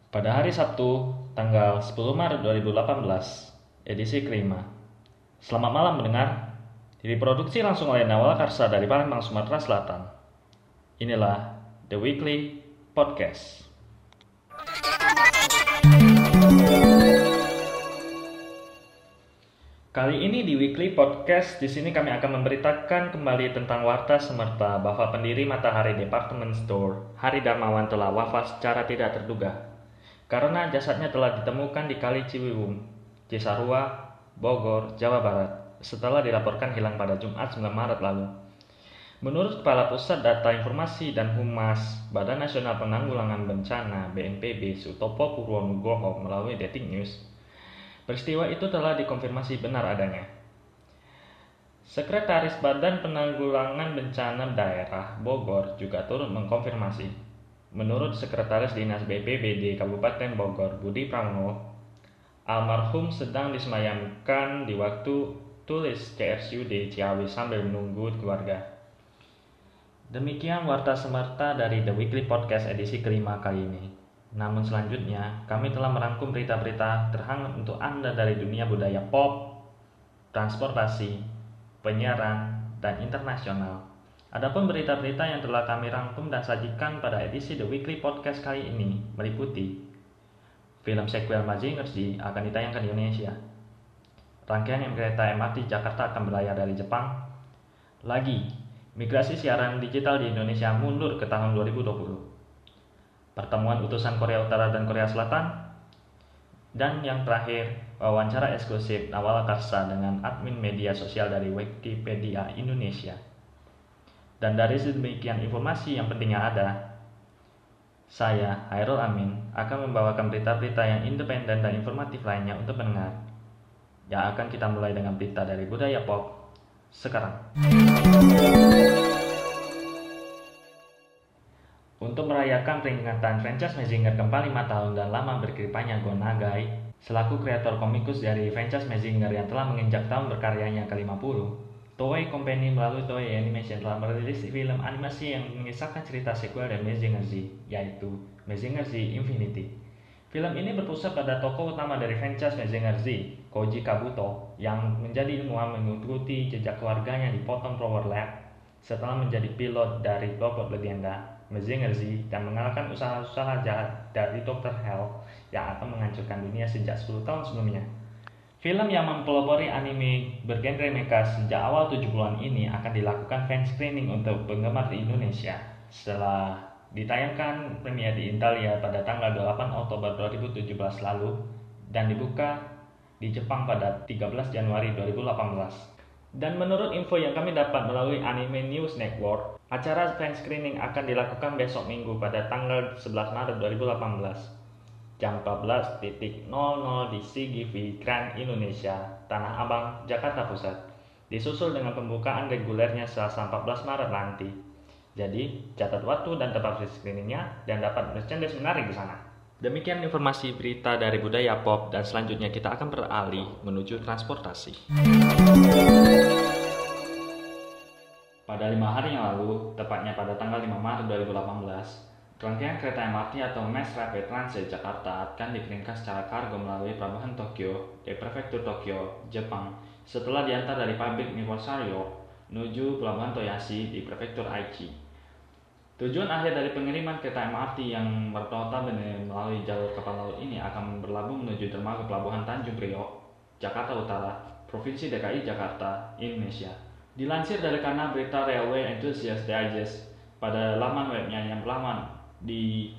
Pada hari Sabtu, tanggal 10 Maret 2018, edisi kelima. Selamat malam mendengar. Diproduksi langsung oleh Nawal Karsa dari Palembang, Sumatera Selatan. Inilah The Weekly Podcast. Kali ini di Weekly Podcast, di sini kami akan memberitakan kembali tentang warta semerta bahwa pendiri Matahari Department Store, Hari Darmawan, telah wafat secara tidak terduga karena jasadnya telah ditemukan di Kali Ciliwung, Cisarua, Bogor, Jawa Barat, setelah dilaporkan hilang pada Jumat 9 Maret lalu. Menurut Kepala Pusat Data Informasi dan Humas Badan Nasional Penanggulangan Bencana (BNPB) Sutopo Purwonugroho melalui Detik News, peristiwa itu telah dikonfirmasi benar adanya. Sekretaris Badan Penanggulangan Bencana Daerah Bogor juga turut mengkonfirmasi. Menurut Sekretaris Dinas BPBD Kabupaten Bogor, Budi Pramono, almarhum sedang disemayamkan di waktu tulis CRSUD Ciawi sambil menunggu keluarga. Demikian warta semerta dari The Weekly Podcast edisi kelima kali ini. Namun selanjutnya, kami telah merangkum berita-berita terhangat untuk Anda dari dunia budaya pop, transportasi, penyiaran, dan internasional. Adapun berita-berita yang telah kami rangkum dan sajikan pada edisi The Weekly Podcast kali ini meliputi film sequel Mazinger Z akan ditayangkan di Indonesia. Rangkaian kereta MRT Jakarta akan berlayar dari Jepang. Lagi, migrasi siaran digital di Indonesia mundur ke tahun 2020. Pertemuan utusan Korea Utara dan Korea Selatan. Dan yang terakhir, wawancara eksklusif Nawal Karsa dengan admin media sosial dari Wikipedia Indonesia. Dan dari sedemikian informasi yang pentingnya ada, saya, Hairul Amin, akan membawakan berita-berita yang independen dan informatif lainnya untuk pendengar. Yang akan kita mulai dengan berita dari budaya pop sekarang. Untuk merayakan peringatan franchise Mazinger kembali 5 tahun dan lama berkiprahnya Go Nagai, selaku kreator komikus dari franchise Mazinger yang telah menginjak tahun berkaryanya ke-50, Toei Company melalui Toei Animation telah merilis film animasi yang mengisahkan cerita sequel dari Mazinger Z, yaitu Mazinger Z Infinity. Film ini berpusat pada tokoh utama dari franchise Mazinger Z, Koji Kabuto, yang menjadi ilmuwan mengikuti jejak keluarganya di Photon Power Lab setelah menjadi pilot dari robot legenda Mazinger Z dan mengalahkan usaha-usaha jahat dari Dr. Hell yang akan menghancurkan dunia sejak 10 tahun sebelumnya. Film yang mempelopori anime bergenre mecha sejak awal 70-an ini akan dilakukan fan screening untuk penggemar di Indonesia setelah ditayangkan premier di Italia pada tanggal 8 Oktober 2017 lalu dan dibuka di Jepang pada 13 Januari 2018. Dan menurut info yang kami dapat melalui Anime News Network, acara fan screening akan dilakukan besok Minggu pada tanggal 11 Maret 2018. Jam 14.00 di CGV Grand Indonesia, Tanah Abang, Jakarta Pusat. Disusul dengan pembukaan regulernya Selasa 14 Maret nanti. Jadi, catat waktu dan tempat screeningnya dan dapat merchandise menarik di sana. Demikian informasi berita dari budaya pop dan selanjutnya kita akan beralih menuju transportasi. Pada 5 hari yang lalu, tepatnya pada tanggal 5 Maret 2018, rangkaian kereta MRT atau Mass Rapid Transit Jakarta akan dikirimkan secara kargo melalui pelabuhan Tokyo di Prefektur Tokyo, Jepang, setelah diantar dari pabrik Nippon Sanyo menuju pelabuhan Toyashi di Prefektur Aichi. Tujuan akhir dari pengiriman kereta MRT yang notabene melalui jalur kapal laut ini akan berlabuh menuju dermaga pelabuhan Tanjung Priok, Jakarta Utara, Provinsi DKI Jakarta, Indonesia. Dilansir dari kanal berita Railway Enthusiast Digest pada laman webnya yang berlaman di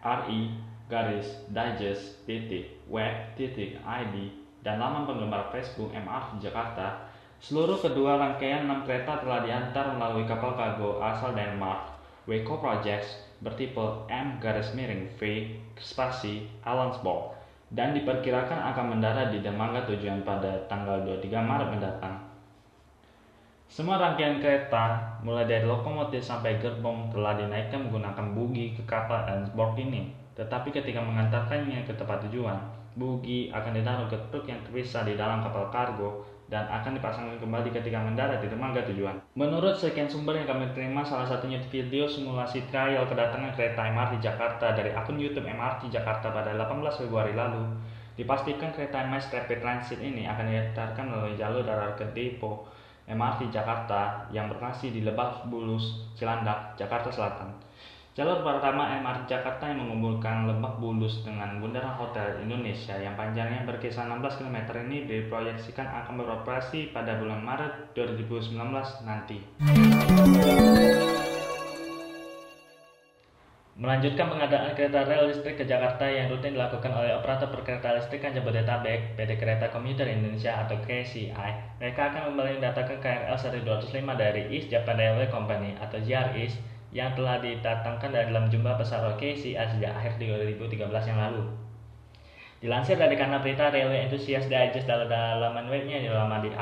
ri-digest.web.id dan laman penggemar Facebook MRT Jakarta, seluruh kedua rangkaian 6 kereta telah diantar melalui kapal kargo asal Denmark, Weko Projects, bertipe M-V spasi Alansborg, dan diperkirakan akan mendarat di dermaga tujuan pada tanggal 23 Maret mendatang. Semua rangkaian kereta, mulai dari lokomotif sampai gerbong, telah dinaikkan menggunakan bugi ke kapal Alansborg ini. Tetapi ketika mengantarkannya ke tempat tujuan, bugi akan ditaruh ke truk yang terpisah di dalam kapal kargo dan akan dipasangkan kembali ketika mendarat di dermaga tujuan. Menurut sekian sumber yang kami terima, salah satunya video simulasi trial kedatangan kereta MRT Jakarta dari akun YouTube MRT Jakarta pada 18 Februari lalu, dipastikan kereta Mass Rapid Transit ini akan diantarkan melalui jalur darat ke depo MRT Jakarta yang berlokasi di Lebak Bulus, Cilandak, Jakarta Selatan. Jalur pertama MRT Jakarta yang menghubungkan Lebak Bulus dengan Bundaran Hotel Indonesia yang panjangnya berkisar 16 km ini diproyeksikan akan beroperasi pada bulan Maret 2019 nanti. Melanjutkan pengadaan kereta rel listrik ke Jakarta yang rutin dilakukan oleh operator perkereta listrikan Jabodetabek, PT Kereta Komuter Indonesia atau KCI, mereka akan kembali mendatangkan KRL seri 205 dari East Japan Railway Company atau JR East yang telah didatangkan dalam jumlah besar oleh KCI sejak akhir 2013 yang lalu. Dilansir dari kanal berita Railway Enthusiast Digest dalam laman webnya di alamat di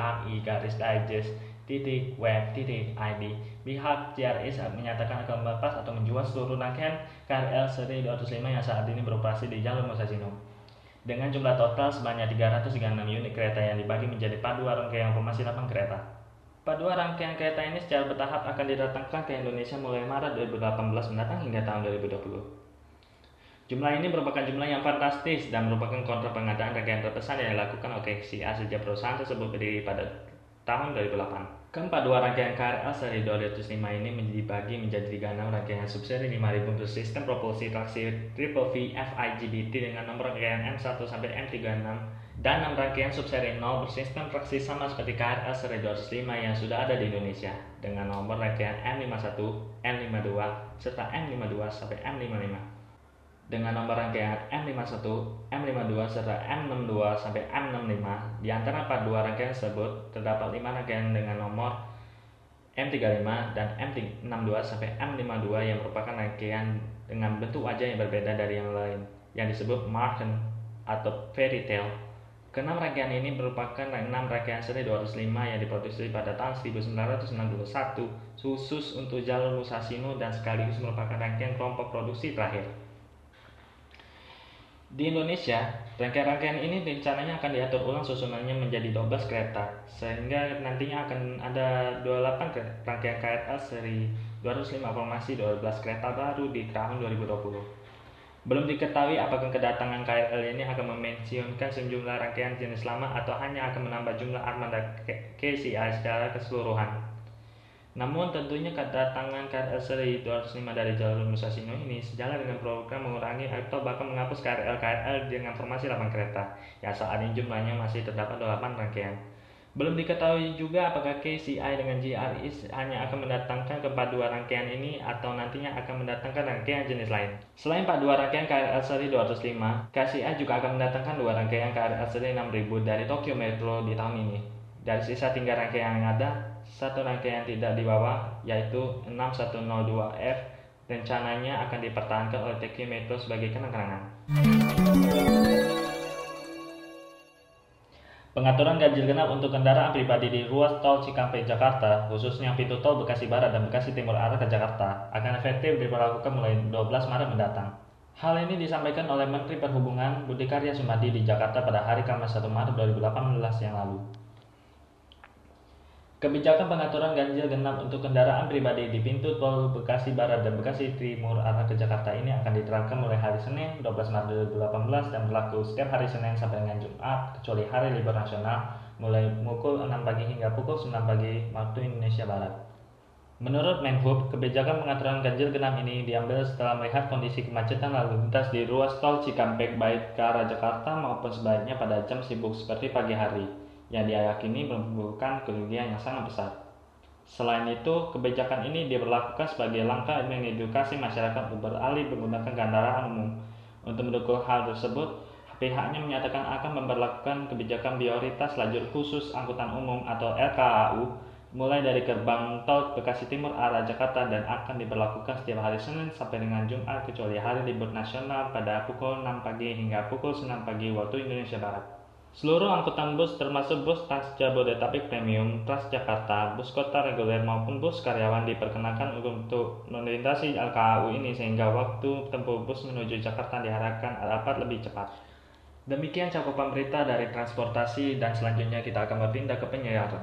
ri-digest.web.id, pihak JRS menyatakan akan melepas atau menjual seluruh rangkaian KRL seri 205 yang saat ini beroperasi di jalur Musashino. Dengan jumlah total sebanyak 336 unit kereta yang dibagi menjadi paduan rangkaian formasi 8 kereta. Paduan rangkaian kereta ini secara bertahap akan didatangkan ke Indonesia mulai Maret 2018 mendatang hingga tahun 2020. Jumlah ini merupakan jumlah yang fantastis dan merupakan kontrak pengadaan rangkaian terbesar yang dilakukan oleh KCI sejak perusahaan tersebut berdiri pada tahun 2008. Keempat dua rangkaian KRL seri 205 ini dibagi menjadi 36 rangkaian subseri 5000 bersistem propulsi traksi Triple V FIGBT dengan nomor rangkaian M1 sampai M36 dan 6 rangkaian subseri 0 bersistem traksi sama seperti KRL seri 205 yang sudah ada di Indonesia dengan nomor rangkaian M51, M52 serta M52 sampai M55. Dengan nomor rangkaian M51, M52 serta M62 sampai M65. Di antara 42 rangkaian tersebut terdapat 5 rangkaian dengan nomor M35 dan M62 sampai M52 yang merupakan rangkaian dengan bentuk wajah yang berbeda dari yang lain yang disebut Marken atau Fairy Tale. Keenam rangkaian ini merupakan 6 rangkaian seri 205 yang diproduksi pada tahun 1961 khusus untuk jalur Musashino dan sekaligus merupakan rangkaian kelompok produksi terakhir. Di Indonesia, rangkaian-rangkaian ini rencananya akan diatur ulang susunannya menjadi 12 kereta, sehingga nantinya akan ada 28 rangkaian KRL seri 205 formasi 12 kereta baru di tahun 2020. Belum diketahui apakah kedatangan KRL ini akan memensiunkan sejumlah rangkaian jenis lama atau hanya akan menambah jumlah armada KCI secara keseluruhan. Namun tentunya kedatangan KRL seri 205 dari jalur Musashino ini sejalan dengan program mengurangi atau bahkan menghapus KRL dengan formasi 8 kereta yang saat ini jumlahnya masih terdapat 8 rangkaian. Belum diketahui juga apakah KCI dengan JRS hanya akan mendatangkan kepaduan rangkaian ini atau nantinya akan mendatangkan rangkaian jenis lain. Selain 42 rangkaian KRL seri 205, KCI juga akan mendatangkan 2 rangkaian KRL seri 6000 dari Tokyo Metro di tahun ini. Dari sisa 3 rangkaian yang ada, satu rangkaian tidak dibawa, yaitu 6102F, rencananya akan dipertahankan oleh Tokyo Metro sebagai kenang-kenangan. Pengaturan ganjil genap untuk kendaraan pribadi di ruas tol Cikampek Jakarta, khususnya pintu tol Bekasi Barat dan Bekasi Timur arah ke Jakarta, akan efektif diberlakukan mulai 12 Maret mendatang. Hal ini disampaikan oleh Menteri Perhubungan Budi Karya Sumadi di Jakarta pada hari Kamis 1 Maret 2018 yang lalu. Kebijakan pengaturan ganjil genap untuk kendaraan pribadi di pintu tol Bekasi Barat dan Bekasi Timur arah ke Jakarta ini akan diterapkan mulai hari Senin 12 Maret 2018 dan berlaku setiap hari Senin sampai dengan Jumat kecuali hari libur nasional mulai pukul 6 pagi hingga pukul 9 pagi waktu Indonesia Barat. Menurut Menhub, kebijakan pengaturan ganjil genap ini diambil setelah melihat kondisi kemacetan lalu lintas di ruas tol Cikampek baik ke arah Jakarta maupun sebaliknya pada jam sibuk seperti pagi hari, yang diyakini menimbulkan kerugian yang sangat besar. Selain itu, kebijakan ini diberlakukan sebagai langkah mengedukasi masyarakat beralih menggunakan kendaraan umum. Untuk mendukung hal tersebut, pihaknya menyatakan akan memberlakukan kebijakan prioritas lajur khusus angkutan umum atau LKAU mulai dari gerbang tol Bekasi Timur arah Jakarta dan akan diberlakukan setiap hari Senin sampai dengan Jumat kecuali hari libur nasional pada pukul 6 pagi hingga pukul 9 pagi waktu Indonesia Barat. Seluruh angkutan bus termasuk bus Trans Jabodetabek Premium, Transjakarta, bus kota reguler maupun bus karyawan diperkenakan untuk melintasi LKAU ini sehingga waktu tempuh bus menuju Jakarta diharapkan dapat lebih cepat. Demikian cakupan berita dari transportasi dan selanjutnya kita akan berpindah ke penyiaran.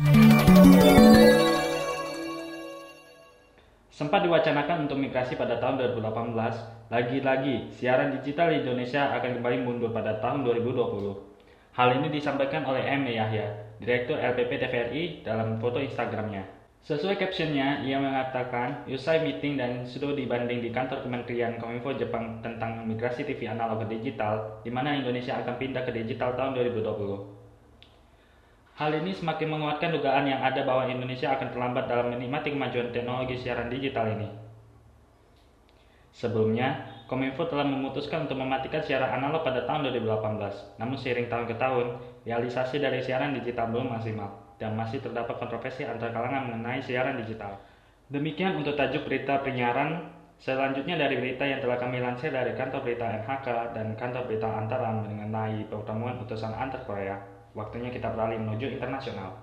Sempat diwacanakan untuk migrasi pada tahun 2018, lagi-lagi siaran digital di Indonesia akan kembali mundur pada tahun 2020. Hal ini disampaikan oleh M. Yahya, Direktur LPP TVRI dalam foto Instagramnya. Sesuai captionnya, ia mengatakan, usai meeting dan studi banding di kantor Kementerian Kominfo Jepang tentang migrasi TV analog ke digital, di mana Indonesia akan pindah ke digital tahun 2020. Hal ini semakin menguatkan dugaan yang ada bahwa Indonesia akan terlambat dalam menikmati kemajuan teknologi siaran digital ini. Sebelumnya, Kominfo telah memutuskan untuk mematikan siaran analog pada tahun 2018, namun seiring tahun ke tahun, realisasi dari siaran digital belum maksimal dan masih terdapat kontroversi antar kalangan mengenai siaran digital. Demikian untuk tajuk berita penyiaran. Selanjutnya dari berita yang telah kami lansir dari kantor berita NHK dan kantor berita Antara mengenai pertemuan utusan antar Korea. Waktunya kita beralih menuju internasional.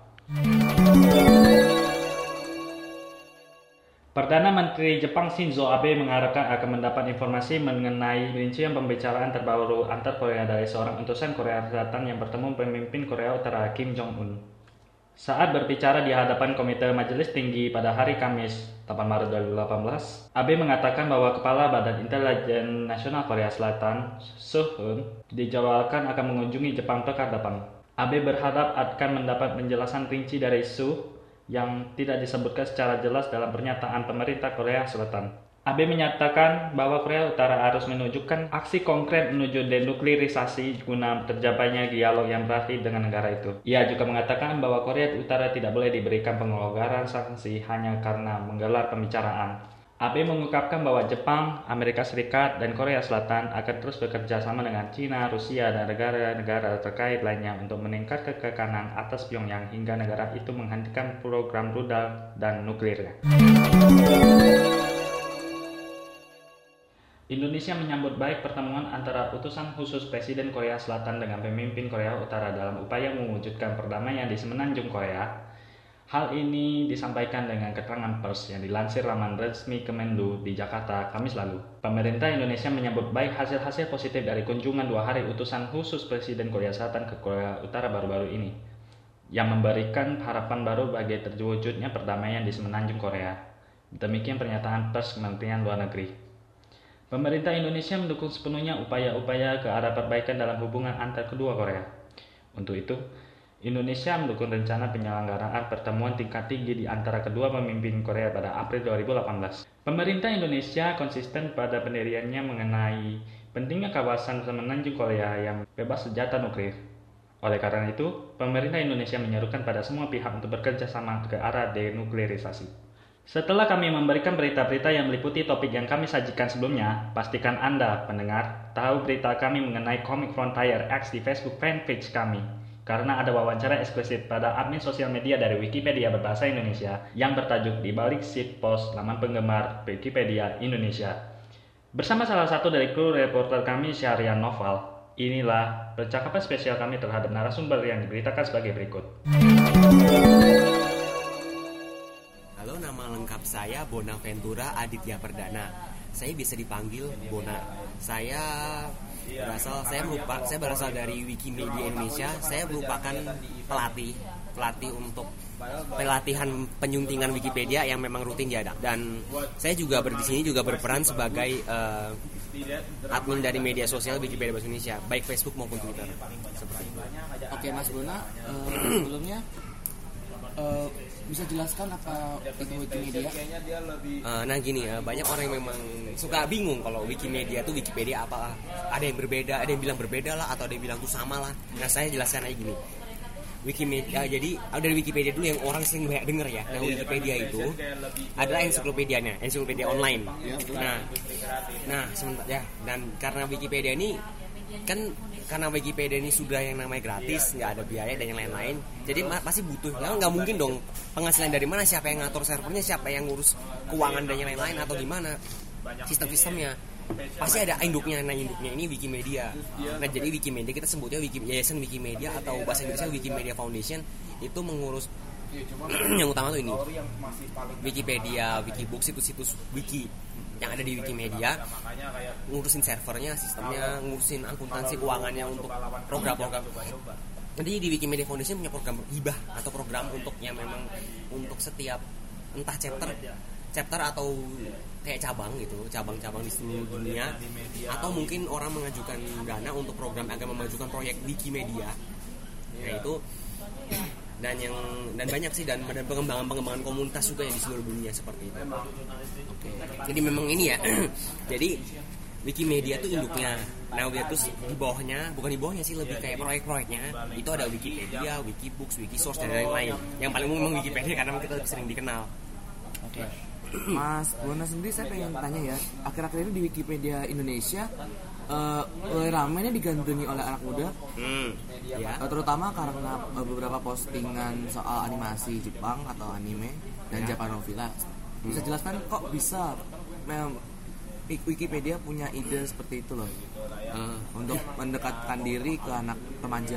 Perdana Menteri Jepang Shinzo Abe mengharapkan akan mendapat informasi mengenai rincian pembicaraan terbaru antar Korea dari seorang utusan Korea Selatan yang bertemu pemimpin Korea Utara Kim Jong-un. Saat berbicara di hadapan Komite Majelis Tinggi pada hari Kamis, 8 Maret 2018, Abe mengatakan bahwa Kepala Badan Intelijen Nasional Korea Selatan, Soo-hun, dijadwalkan akan mengunjungi Jepang pekan depan. Abe berharap akan mendapat penjelasan rinci dari Soo yang tidak disebutkan secara jelas dalam pernyataan pemerintah Korea Selatan. Abe menyatakan bahwa Korea Utara harus menunjukkan aksi konkret menuju denuklirisasi guna tercapainya dialog yang berarti dengan negara itu. Ia juga mengatakan bahwa Korea Utara tidak boleh diberikan pelonggaran sanksi hanya karena menggelar pembicaraan. Abe mengungkapkan bahwa Jepang, Amerika Serikat, dan Korea Selatan akan terus bekerja sama dengan China, Rusia, dan negara-negara terkait lainnya untuk meningkatkan kekanan atas Pyongyang hingga negara itu menghentikan program rudal dan nuklirnya. Indonesia menyambut baik pertemuan antara utusan khusus Presiden Korea Selatan dengan pemimpin Korea Utara dalam upaya mewujudkan perdamaian di semenanjung Korea. Hal ini disampaikan dengan keterangan pers yang dilansir laman resmi Kemenlu di Jakarta, Kamis lalu. Pemerintah Indonesia menyambut baik hasil-hasil positif dari kunjungan 2 hari utusan khusus Presiden Korea Selatan ke Korea Utara baru-baru ini, yang memberikan harapan baru bagi terwujudnya perdamaian di semenanjung Korea. Demikian pernyataan pers Kementerian Luar Negeri. Pemerintah Indonesia mendukung sepenuhnya upaya-upaya ke arah perbaikan dalam hubungan antar kedua Korea. Untuk itu, Indonesia mendukung rencana penyelenggaraan pertemuan tingkat tinggi di antara kedua pemimpin Korea pada April 2018. Pemerintah Indonesia konsisten pada pendiriannya mengenai pentingnya kawasan semenanjung Korea yang bebas senjata nuklir. Oleh karena itu, pemerintah Indonesia menyerukan pada semua pihak untuk bekerja sama ke arah denuklirisasi. Setelah kami memberikan berita-berita yang meliputi topik yang kami sajikan sebelumnya, pastikan Anda, pendengar, tahu berita kami mengenai Comic Frontier X di Facebook fanpage kami. Karena ada wawancara eksklusif pada admin sosial media dari Wikipedia berbahasa Indonesia yang bertajuk Di Balik Sheet Post Laman Penggemar Wikipedia Indonesia. Bersama salah satu dari kru reporter kami, Syahrian Noval, inilah percakapan spesial kami terhadap narasumber yang diberitakan sebagai berikut. Halo, nama lengkap saya Bonaventura Aditya Perdana. Saya bisa dipanggil Bona. Saya berasal dari Wikimedia Indonesia. Saya merupakan pelatih untuk pelatihan penyuntingan Wikipedia yang memang rutin diadakan. Dan saya juga di sini juga berperan sebagai admin dari media sosial Wikipedia Bahasa Indonesia, baik Facebook maupun Twitter. Seperti itu. Oke, Mas Bona, sebelumnya bisa jelaskan apa itu Wikimedia? Nah gini, banyak orang yang memang suka bingung kalau Wikimedia itu Wikipedia apa. Ada yang berbeda, ada yang bilang berbeda lah, atau ada yang bilang itu sama lah. Nah saya jelaskan aja gini. Wikimedia, jadi dari Wikipedia dulu yang orang sering banyak denger ya. Nah Wikipedia itu adalah ensiklopedia online. Nah sebentar ya. Dan karena Wikipedia ini karena Wikipedia ini sudah yang namanya gratis, nggak ada biaya dan yang lain-lain, jadi pasti butuh. Ya nggak mungkin dong penghasilan dari mana, siapa yang ngatur servernya, siapa yang ngurus keuangan dan yang lain-lain, atau gimana sistem-sistemnya. Pasti ada induknya. Nah induknya ini Wikimedia. Nah jadi Wikimedia kita sebutnya Yayasan Wikimedia atau bahasa Inggrisnya Wikimedia Foundation, itu mengurus yang utama tuh ini Wikipedia, Wikibooks, situs-situs wiki yang ada di Wikimedia, ngurusin servernya, sistemnya, ngurusin akuntansi keuangannya untuk program-program. Jadi di Wikimedia Foundation punya program hibah atau program untuk yang memang untuk setiap entah chapter atau kayak cabang gitu, cabang-cabang di seluruh dunia, atau mungkin orang mengajukan dana untuk program agar memajukan proyek Wikimedia. Nah itu dan banyak sih dan pengembangan komunitas juga yang di seluruh dunia seperti itu. Oke. Jadi memang ini ya. Jadi Wikimedia tuh induknya. Nah, terus di bawahnya, bukan di bawahnya sih, lebih kayak proyek-proyeknya. Itu ada Wikipedia, Wikibooks, Wikisource dan lain-lain. Yang paling umum memang Wikipedia karena kita lebih sering dikenal. Oke. Mas Bona sendiri saya pengen tanya ya, akhir-akhir ini di Wikipedia Indonesia mulai ramai digandrungi oleh anak muda, Ya. terutama karena beberapa postingan soal animasi Jepang atau anime dan Japanovilla. Bisa jelaskan kok bisa Wikipedia punya ide seperti itu loh, untuk mendekatkan diri ke anak remaja?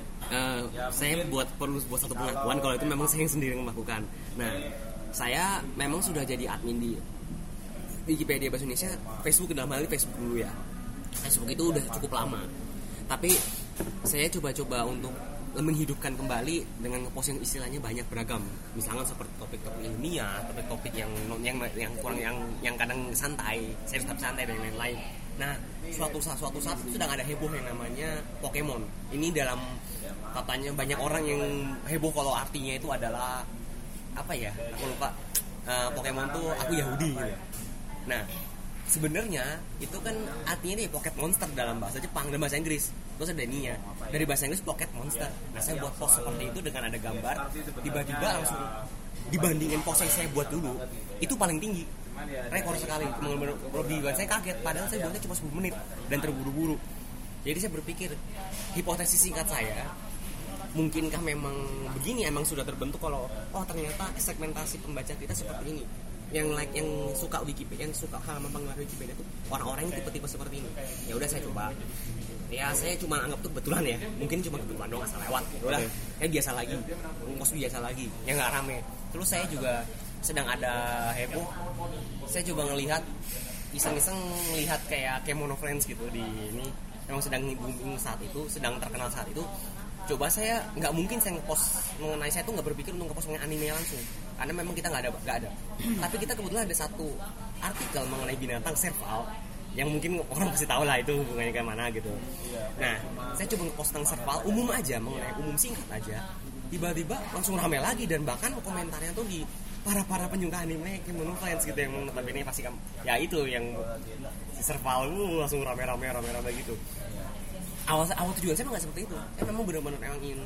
Saya perlu buat satu pengakuan kalau itu memang saya sendiri yang melakukan. Nah, saya memang sudah jadi admin di Wikipedia Bahasa Indonesia. Facebook dalam hal ini Facebook dulu ya. Facebook itu udah cukup lama. Tapi saya coba-coba untuk menghidupkan kembali dengan ngepost yang istilahnya banyak beragam. Misalnya seperti topik-topik ilmiah, topik-topik yang kurang yang kadang santai, saya tetap santai dan lain-lain. Nah, suatu saat sedang ada heboh yang namanya Pokemon. Ini dalam katanya banyak orang yang heboh kalau artinya itu adalah apa ya? Aku lupa. Pokemon tuh aku Yahudi gitu. Nah, sebenarnya itu kan artinya nih Pocket Monster dalam bahasa Jepang dan bahasa Inggris. Terus ada ininya dari bahasa Inggris Pocket Monster. Nah, saya buat post seperti itu dengan ada gambar, tiba-tiba langsung dibandingin post yang saya buat dulu itu paling tinggi, rekor sekali. Bener-bener saya kaget, padahal saya buatnya cuma 10 menit dan terburu-buru. Jadi saya berpikir, hipotesis singkat saya, mungkinkah memang begini, emang sudah terbentuk kalau ternyata segmentasi pembaca kita seperti ini. Yang suka Wikipedia, yang suka halaman pengeluaran Wikipedia itu orang-orang yang tipe-tipe seperti ini. Ya udah saya coba. Ya saya cuma anggap tuh kebetulan ya. Mungkin cuma kebetulan doang, asal lewat. Udah, kayak biasa lagi. Ngos biasa lagi. Ya enggak rame. Terus saya juga sedang ada heboh. Saya coba ngelihat iseng-iseng ngelihat kayak Mono Friends gitu di ini. Memang sedang booming saat itu, sedang terkenal saat itu. Coba saya nggak mungkin saya ngepost mengenai, saya tuh nggak berpikir untuk ngepost mengenai anime langsung karena memang kita nggak ada. Tapi kita kebetulan ada satu artikel mengenai binatang serval yang mungkin orang pasti tahu lah itu hubungannya kayak mana gitu. Nah, saya coba ngepost tentang serval umum aja, mengenai umum singkat aja. Tiba-tiba langsung rame lagi dan bahkan komentarnya tuh di para penyuka anime kayak Mono Friends gitu yang notabene pasti ya itu yang si serval langsung rame gitu. Awal tujuan saya nggak seperti itu. Saya memang benar-benar ingin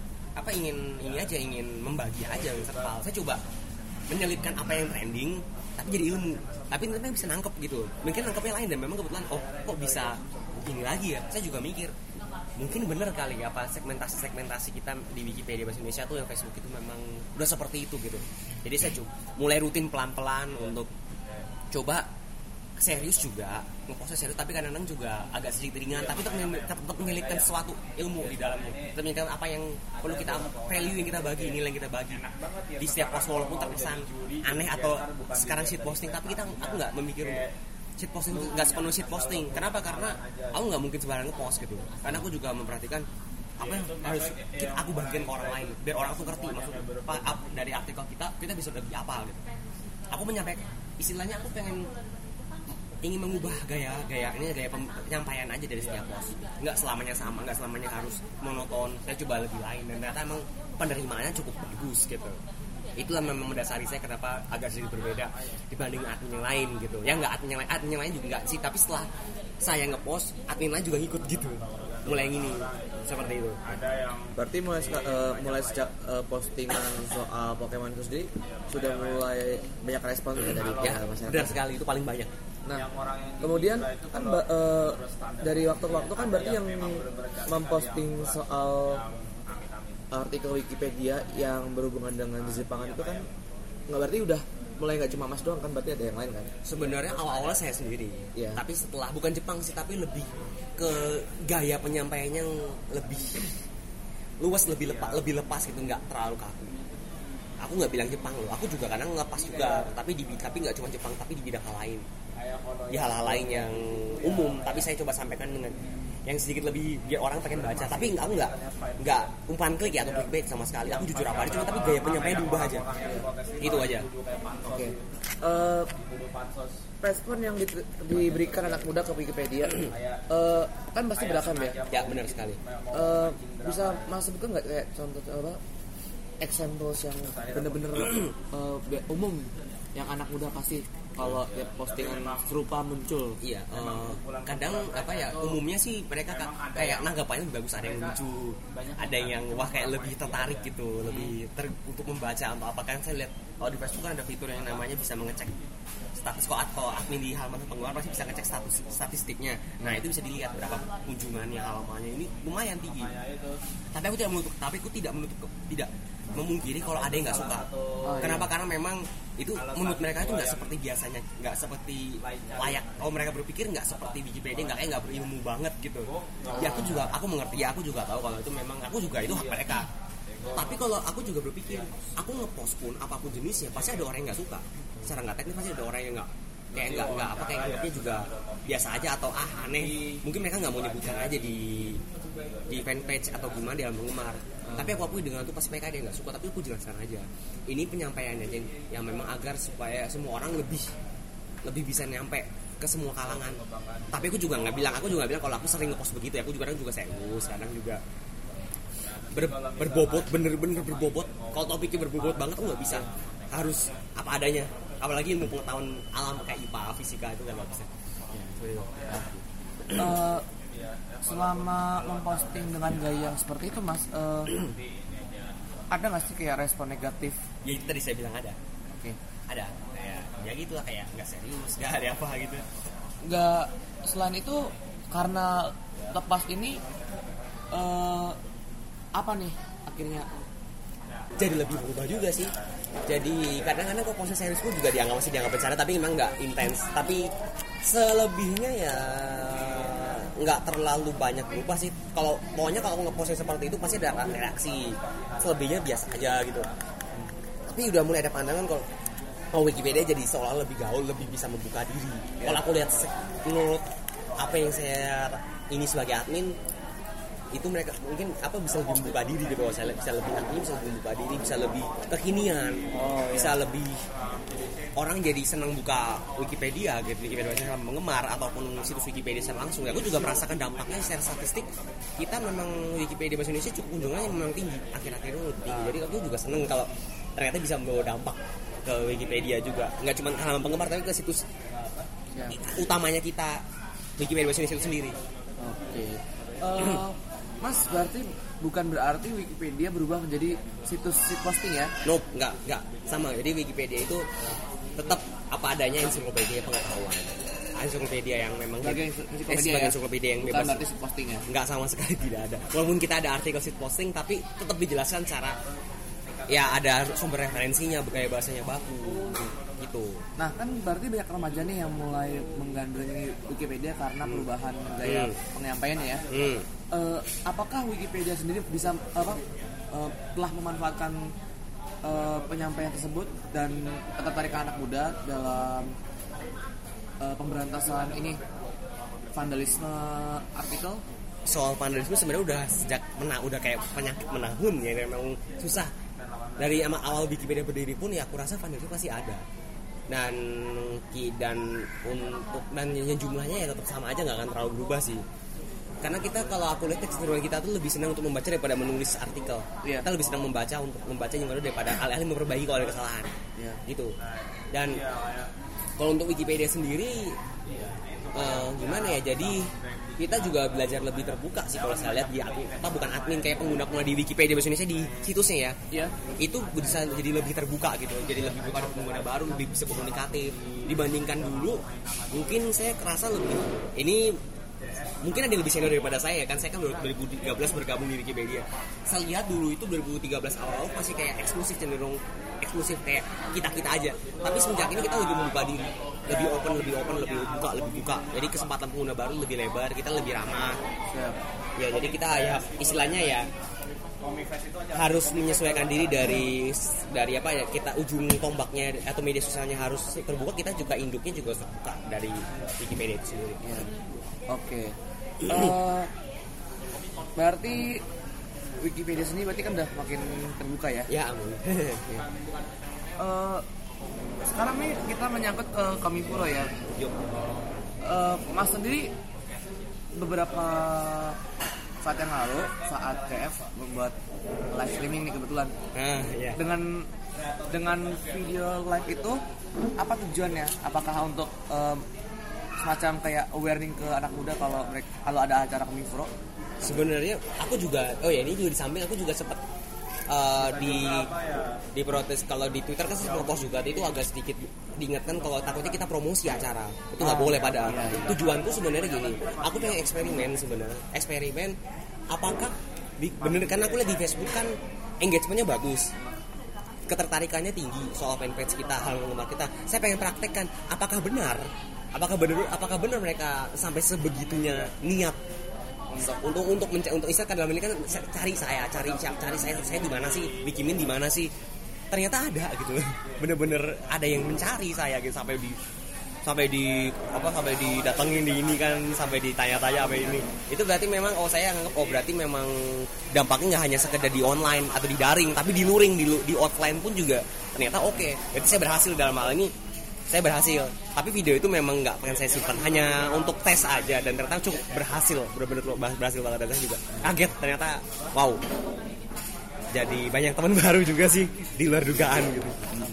membagi aja serval. Saya coba menyelipkan apa yang trending, tapi jadi ilmu. Tapi ternyata bisa nangkep gitu. Mungkin nangkepnya lain dan memang kebetulan kok bisa ini lagi ya. Saya juga mikir mungkin benar kali ya apa segmentasi kita di Wikipedia Bahasa Indonesia tuh yang Facebook itu memang udah seperti itu gitu. Jadi saya mulai rutin pelan-pelan untuk coba serius juga, ngepostnya serius tapi kadang-kadang juga agak sedikit ringan, tapi tetap menyelipkan sesuatu ilmu di dalamnya, tetap menyelipkan apa yang perlu kita value yang kita bagi, nilai yang kita bagi di setiap post walaupun terkesan aneh atau sekarang shit posting, tapi aku nggak memikir shit posting itu nggak sepenuhnya shit posting. Kenapa? Karena aku nggak mungkin sembarangan ngepost gitu, karena aku juga memperhatikan apa yang harus aku bagikan ke orang lain biar orang tuh ngerti maksudnya dari artikel kita bisa lebih apa gitu. Aku menyampaikan istilahnya aku ingin mengubah gaya penyampaian aja dari setiap post. Nggak selamanya sama, nggak selamanya harus monoton. Saya coba lebih lain dan ternyata emang penerimaannya cukup bagus gitu. Itulah memang mendasari saya kenapa agak sedikit berbeda dibanding admin yang lain gitu. Ya nggak admin yang lain juga nggak sih, tapi setelah saya ngepost admin lain juga ngikut gitu. Mulai yang ini seperti itu. Berarti mulai sejak postingan soal Pokemon itu sendiri sudah mulai banyak respon dari masyarakat. Benar sekali, itu paling banyak. Nah, kemudian kan dari waktu ke waktu kan berarti yang memposting soal artikel Wikipedia yang berhubungan dengan Jepangan itu kan nggak berarti udah mulai nggak cuma Mas doang kan, berarti ada yang lain kan? Sebenarnya awal-awalnya saya sendiri, tapi setelah bukan Jepang sih, tapi lebih ke gaya penyampaiannya yang lebih luas, lebih lepas gitu, nggak terlalu kaku. Aku nggak bilang Jepang loh, aku juga kadang ngelepas juga, tapi nggak cuma Jepang, tapi di bidang hal lain. di hal-hal lain yang umum, tapi saya coba sampaikan dengan yang sedikit lebih biar orang pengen baca. Tapi enggak umpan klik ya atau clickbait sama sekali. Aku jujur apa aja, cuma tapi gaya penyampaian diubah aja. Itu aja. Oke. Respon yang diberikan anak muda ke Wikipedia kan pasti beragam ya. Ya benar sekali. Bisa masukkan nggak kayak contoh apa examples yang benar-benar umum yang anak muda kasih kalau ya postingan serupa muncul? Iya, kadang apa ya umumnya sih mereka kayak nanggapannya bagus, ada yang lucu, ada yang wah kayak lebih tertarik gitu, lebih untuk membaca atau apa. Kan saya lihat kalau di Facebook kan ada fitur yang namanya bisa mengecek status kalau admin di halaman pengeluaran pasti bisa ngecek statistiknya. Nah itu bisa dilihat berapa kunjungannya, halamannya ini lumayan tinggi. Tapi aku tidak memungkiri kalau ada yang nggak suka. Kenapa? Karena memang itu menurut mereka itu nggak seperti biasanya, nggak seperti layak. Kalau mereka berpikir nggak seperti Wikipedia, nggak berilmu banget gitu. Ya aku mengerti, ya aku juga tahu kalau itu memang aku juga itu hak mereka. Tapi kalau aku juga berpikir, aku ngepost pun apapun jenisnya pasti ada orang yang nggak suka. Secara nggak teknis pasti ada orang yang kayak anggapnya juga biasa aja atau aneh. Mungkin mereka nggak mau nyebutkan aja di fanpage atau gimana di dalam penggemar. Tapi aku akui dengan itu pasti mereka ada yang nggak suka, tapi aku jelaskan aja. Ini penyampaiannya yang memang agar supaya semua orang lebih bisa nyampe ke semua kalangan. Tapi aku juga nggak bilang kalau aku sering ngepost begitu ya. Aku juga serius, kadang juga berbobot, bener-bener berbobot. Kalau topiknya berbobot banget aku nggak bisa, harus apa adanya. Apalagi ilmu pengetahuan alam kayak IPA, fisika itu nggak bisa. Selama memposting dengan gaya yang seperti itu Mas, ada nggak sih kayak respon negatif? Ya itu tadi saya bilang ada. Oke. Ada. Ya gitulah, kayak nggak serius, nggak ada apa gitu. Nggak, selain itu karena lepas ini apa nih akhirnya? Jadi lebih berubah juga sih. Jadi kadang-kadang kok proses serius pun juga masih dianggap bercanda, tapi memang nggak intens. Tapi selebihnya ya nggak terlalu banyak berubah sih. Pokoknya kalau aku ngepost seperti itu pasti ada reaksi. Selebihnya biasa aja gitu. Tapi udah mulai ada pandangan kalau Wikipedia jadi seolah lebih gaul, lebih bisa membuka diri. Kalau aku lihat menurut apa yang saya ini sebagai admin, itu mereka mungkin bisa lebih membuka diri gitu. Saya bisa lebih admin, bisa lebih membuka diri, bisa lebih kekinian, bisa lebih orang jadi senang buka Wikipedia gitu, Wikipedia secara penggemar ataupun situs Wikipedia secara langsung. Ya, aku juga merasakan dampaknya secara statistik. Kita memang Wikipedia bahasa Indonesia cukup kunjungannya memang tinggi, akhir-akhir itu lebih tinggi. Jadi aku juga senang kalau ternyata bisa membawa dampak ke Wikipedia juga. Nggak cuma halaman penggemar tapi ke situs utamanya kita, Wikipedia bahasa Indonesia itu sendiri. Oke. Mas, berarti bukan berarti Wikipedia berubah menjadi situs posting ya? Nope, enggak. Sama. Jadi Wikipedia itu tetap apa adanya, ensiklopedia pengetahuan. Ensiklopedia yang memang sebagai ensiklopedia yang bebas. Bukan berarti sit posting ya? Enggak, sama sekali tidak ada. Walaupun kita ada artikel sit posting, tapi tetap dijelaskan cara ya ada sumber referensinya, kayak bahasanya baku gitu. Nah, kan berarti banyak remaja nih yang mulai menggandrungi Wikipedia karena perubahan gaya penyampaiannya ya. Apakah Wikipedia sendiri bisa telah memanfaatkan penyampaian tersebut dan ketertarikan anak muda dalam pemberantasan ini vandalisme artikel? Soal vandalisme sebenarnya udah kayak penyakit menahun ya, memang susah. Dari awal Wikipedia berdiri pun ya aku rasa vandalisme pasti ada. Dan jumlahnya ya tetap sama aja, nggak akan terlalu berubah sih. Karena kita, kalau aku lihat kecenderungan kita tuh lebih senang untuk membaca daripada menulis artikel. Kita lebih senang membaca yang baru daripada alih-alih memperbaiki kalau ada kesalahan. Gitu. Dan kalau untuk Wikipedia sendiri gimana ya? Jadi kita juga belajar lebih terbuka sih kalau saya lihat di admin. Bukan admin, kayak pengguna di Wikipedia bahasa Indonesia di situsnya ya. Itu bisa jadi lebih terbuka gitu. Jadi lebih buka pengguna baru, lebih bisa komunikatif dibandingkan dulu. Mungkin saya kerasa lebih mungkin ada yang lebih senior daripada saya kan. Saya kan 2013 bergabung di Wikipedia. Saya lihat dulu itu 2013 awal masih kayak cenderung eksklusif kayak kita aja. Tapi semenjak ini kita lebih membuka diri, lebih open, lebih buka. Jadi kesempatan pengguna baru lebih lebar, kita lebih ramah. Ya jadi kita ya istilahnya ya harus menyesuaikan diri dari apa ya, kita ujung tombaknya atau media sosialnya harus terbuka, kita juga induknya juga suka dari Wikipedia itu sendiri. Ya. Oke. Berarti Wikipedia sendiri berarti kan udah makin terbuka ya? Ya ampun. Sekarang nih kita menyangkut ke Komifuro ya. Mas sendiri beberapa saat yang lalu saat KF membuat live streaming nih kebetulan. Ya. Dengan video live itu apa tujuannya? Apakah untuk semacam kayak awarening ke anak muda kalau ada acara Komifuro? Sebenarnya aku juga, ini juga di samping aku juga sempat di protes. Kalau di Twitter kan saya post juga, itu agak sedikit diingatkan kalau takutnya kita promosi acara itu nggak boleh. Padahal tujuanku sebenarnya gini, aku pengen eksperimen apakah bener, karena aku lihat di Facebook kan engagementnya bagus, ketertarikannya tinggi soal fanpage kita, hal penggemar kita. Saya pengen praktekkan apakah benar mereka sampai sebegitunya niat untuk Instagram dalam ini kan cari saya di mana sih, Wikimin di mana sih, ternyata ada gitu. Bener-bener ada yang mencari saya gitu, sampai didatengin di ini kan, sampai ditanya-tanya apa ini. Itu berarti memang saya anggap berarti memang dampaknya nggak hanya sekedar di online atau di daring, tapi di luring, di offline pun juga ternyata oke. Berarti saya berhasil dalam hal ini. Saya berhasil, tapi video itu memang nggak pengen saya simpan, hanya untuk tes aja, dan ternyata cukup berhasil, benar-benar berhasil banget. Dan saya juga kaget ternyata, wow, jadi banyak teman baru juga sih di luar dugaan gitu.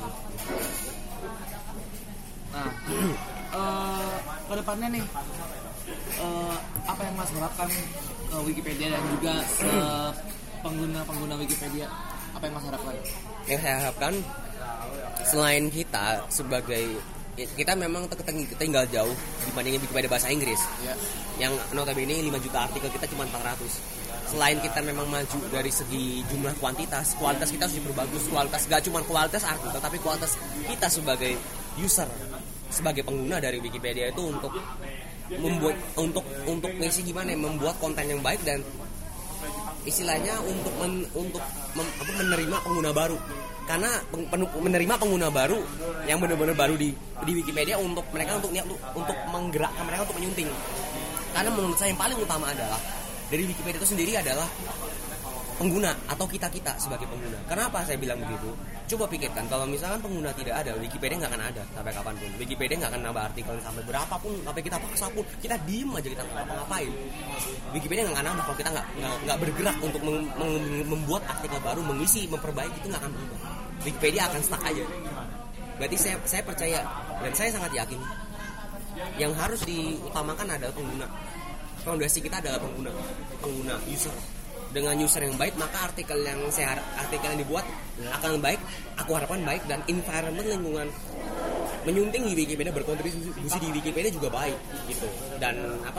Nah, kedepannya nih, apa yang Mas harapkan ke Wikipedia dan juga pengguna Wikipedia, apa yang Mas harapkan? Yang saya harapkan, selain kita memang tinggal jauh dibandingin Wikipedia bahasa Inggris yang notabene 5 juta artikel, kita cuma 400. Selain kita memang maju dari segi jumlah kualitas kita harus diperbagus. Kualitas gak cuma kualitas artikel, tapi kualitas kita sebagai user, sebagai pengguna dari Wikipedia itu untuk membuat untuk ngisi gimana, membuat konten yang baik dan istilahnya untuk menerima pengguna baru. Karena menerima pengguna baru yang benar-benar baru di Wikipedia, untuk mereka untuk menggerakkan mereka untuk menyunting. Karena menurut saya yang paling utama adalah dari Wikipedia itu sendiri adalah pengguna atau kita sebagai pengguna. Kenapa saya bilang begitu? Coba pikirkan, kalau misalkan pengguna tidak ada, Wikipedia nggak akan ada sampai kapanpun. Wikipedia nggak akan nambah artikel sampai berapapun, sampai kita paksa pun, kita diem aja, kita nggak ngapa-ngapain. Wikipedia nggak akan nambah kalau kita nggak bergerak untuk membuat artikel baru, mengisi, memperbaiki, itu nggak akan berubah. Wikipedia akan stuck aja. Berarti saya percaya dan saya sangat yakin yang harus diutamakan adalah pengguna. Fondasi kita adalah pengguna user. Dengan user yang baik, maka artikel yang dibuat akan baik, aku harapkan baik, dan environment lingkungan menyunting di Wikipedia, berkontribusi di Wikipedia juga baik gitu. Dan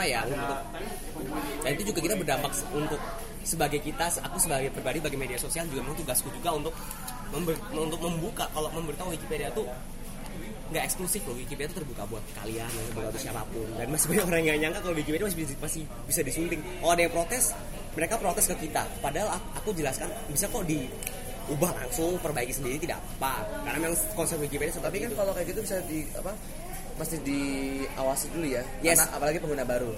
dan itu juga kita berdampak untuk aku sebagai pribadi, bagi media sosial juga memang tugasku juga untuk membuka, kalau memberitahu Wikipedia tuh nggak eksklusif loh. Wikipedia itu terbuka buat kalian, terbuka buat siapapun, dan masih banyak orang yang nggak nyangka kalau Wikipedia masih bisa disunting. Kalau ada yang protes, mereka protes ke kita, padahal aku jelaskan bisa kok diubah langsung, perbaiki sendiri, tidak apa, karena memang konsep Wikipedia seperti itu. Tapi kan kalau kayak gitu bisa mesti diawasi dulu ya. Yes. Karena apalagi pengguna baru.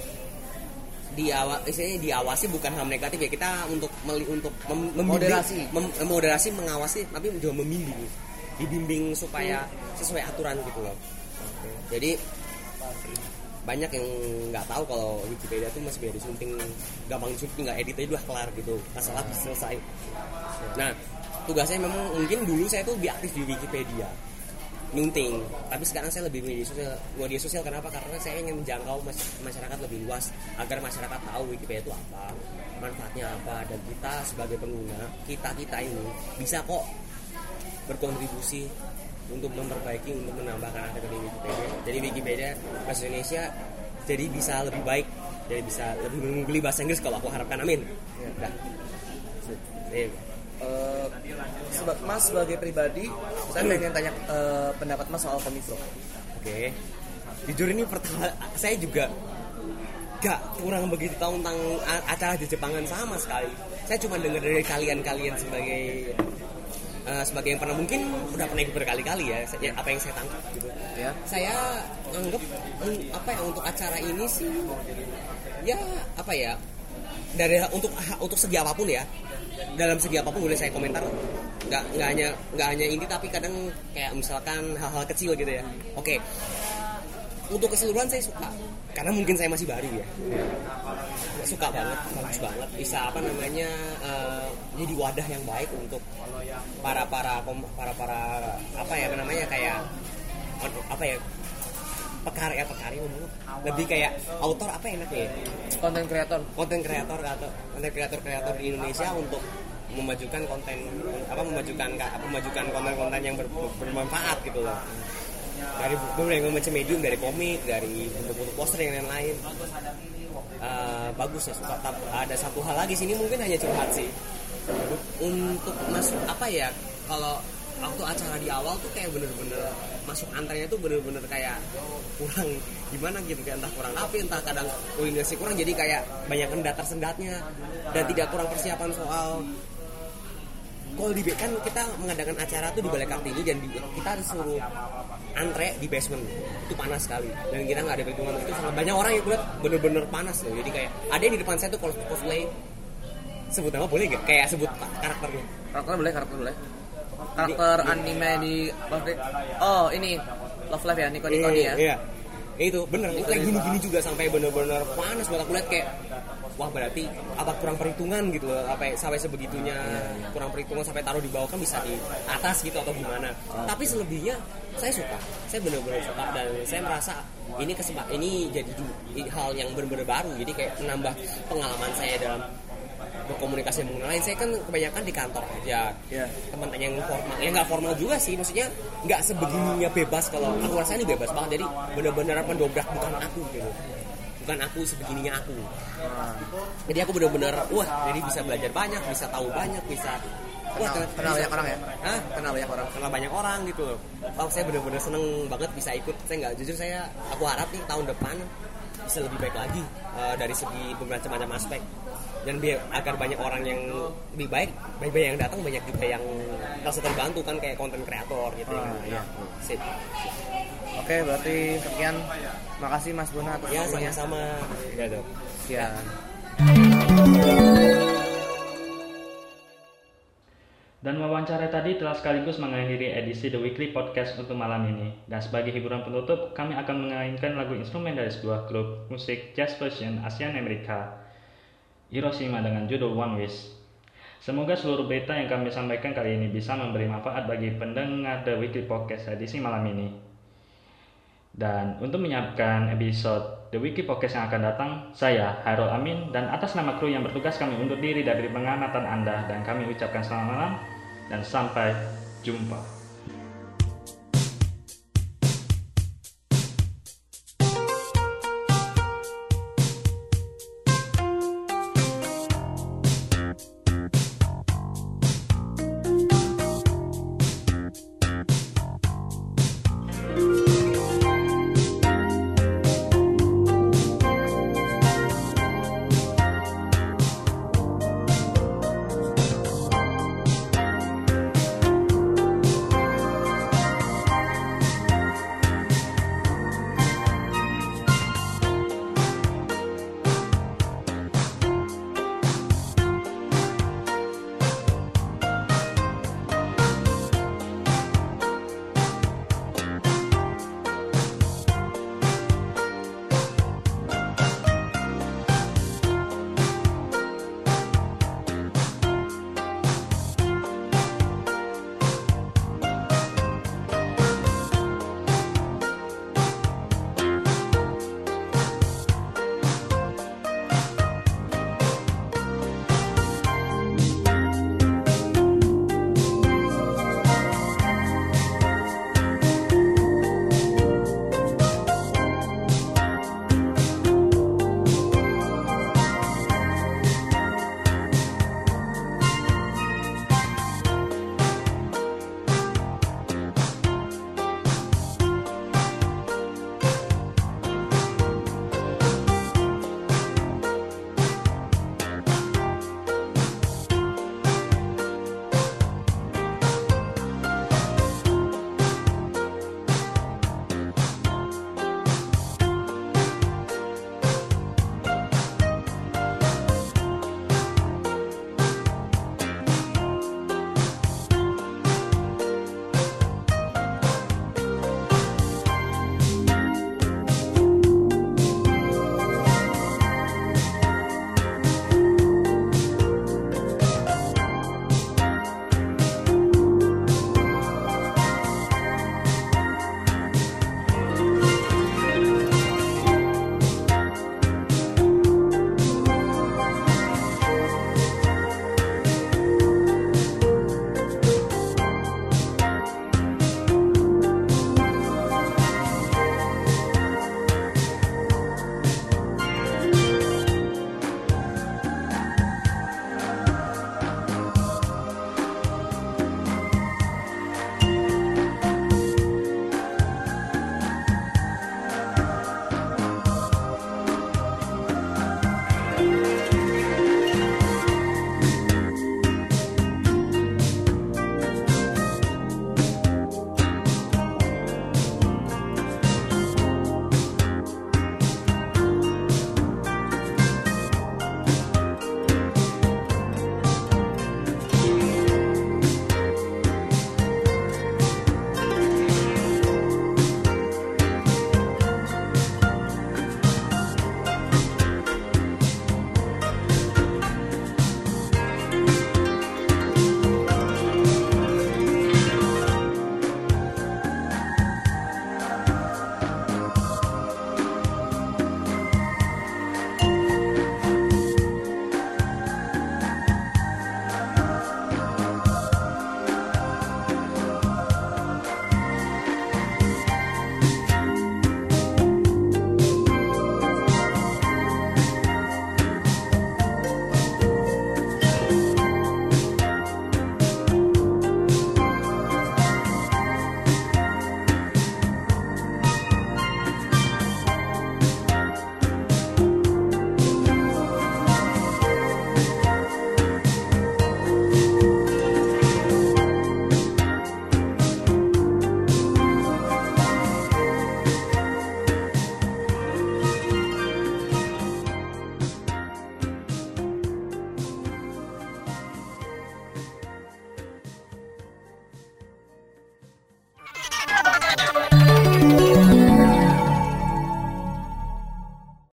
Diawasi bukan hal negatif ya, kita untuk moderasi, mengawasi, tapi juga dibimbing supaya sesuai aturan gitu loh. Jadi banyak yang nggak tahu kalau Wikipedia tuh masih bisa disunting, gampang disunting, nggak edit aja udah kelar gitu, masalah selesai. Nah, tugasnya memang mungkin dulu saya tuh lebih aktif di Wikipedia nyunting, tapi sekarang saya lebih media sosial. Kenapa? Karena saya ingin menjangkau masyarakat lebih luas, agar masyarakat tahu Wikipedia itu apa, manfaatnya apa, dan kita sebagai pengguna, kita ini bisa kok berkontribusi untuk memperbaiki, untuk menambahkan artikel di Wikipedia. Jadi Wikipedia bahasa Indonesia jadi bisa lebih baik, jadi bisa lebih mengungguli bahasa Inggris kalau aku harapkan, amin. Mas sebagai pribadi, saya pengen tanya pendapat Mas soal Komifuro. Oke. Jujur ini pertama saya juga gak kurang begitu tahu tentang acara di Jepangan sama sekali. Saya cuma dengar dari kalian sebagai yang pernah mungkin udah pernah ikut berkali-kali ya, apa yang saya tangkap gitu. Ya. Saya anggap untuk acara ini sih ya dari untuk segi apapun ya, dalam segi apapun boleh saya komentar, nggak hanya inti tapi kadang kayak misalkan hal-hal kecil gitu ya. Oke. Untuk keseluruhan saya suka karena mungkin saya masih baru ya. Suka banget, bagus banget, bisa jadi wadah yang baik untuk para pekarya ngomong lebih kayak autor enaknya ya, Konten kreator di Indonesia untuk memajukan konten-konten yang bermanfaat gitu loh. Dari berbagai macam medium, dari komik, dari bentuk-bentuk poster yang lain-lain. Bagus ya, suka. Ada satu hal lagi sini mungkin hanya curhat sih. Untuk masuk kalau waktu acara di awal tuh kayak bener-bener masuk antrenya tuh bener-bener kayak kurang gimana gitu, kayak entah kurang rapi, entah kadang koordinasi kurang, jadi kayak banyak sendat-sendatnya dan tidak kurang persiapan soal. Kalau di kan kita mengadakan acara tuh di Balai Kartini dan kita disuruh antre di basement, itu panas sekali dan kita nggak ada perhitungan, itu sangat banyak orang yang lihat bener-bener panas loh. Jadi kayak ada yang di depan saya tuh cosplay, sebut nama boleh nggak? Kayak sebut karakternya. Karakter anime di oh ini Love Live ya, Nico ya. Iya. Itu bener, itu kayak gini-gini juga sampai bener-bener panas buat aku lihat, kayak wah berarti apa kurang perhitungan gitu loh, sampai sebegitunya kurang perhitungan sampai taruh di bawah, kan bisa di atas gitu atau gimana. Tapi selebihnya saya suka, saya benar-benar suka dan saya merasa ini jadi hal yang benar-benar baru, jadi kayak menambah pengalaman saya dalam berkomunikasi dengan lain. Saya kan kebanyakan di kantor aja, teman-teman yang formal, ya nggak formal juga sih, maksudnya nggak sebegininya bebas. Kalau aku rasa ini bebas banget, jadi benar-benar mendobrak bukan aku sebegininya aku. Jadi aku benar-benar jadi bisa belajar banyak, bisa tahu banyak, bisa kenal banyak orang ya. Kenal banyak orang gitu loh. Saya benar-benar seneng banget bisa ikut. Aku harap nih tahun depan bisa lebih baik lagi dari segi bermacam-macam aspek, dan agar banyak orang yang lebih baik yang datang, banyak juga yang merasa terbantu kan, kayak konten kreator gitu. Sip. Oke, berarti sekian. Makasih Mas Bona atas waktunya. Sama-sama. Ya, Dok. Ya. Dan wawancara tadi telah sekaligus mengakhiri edisi The Weekly Podcast untuk malam ini. Dan sebagai hiburan penutup, kami akan memainkan lagu instrumen dari sebuah grup musik jazz fusion Asian Amerika, Hiroshima, dengan judul One Wish. Semoga seluruh berita yang kami sampaikan kali ini bisa memberi manfaat bagi pendengar The Weekly Podcast edisi malam ini. Dan untuk menyiapkan episode The Weekly Podcast yang akan datang, saya Hairul Amin, dan atas nama kru yang bertugas kami undur diri dari pengamatan Anda, dan kami ucapkan selamat malam dan sampai jumpa.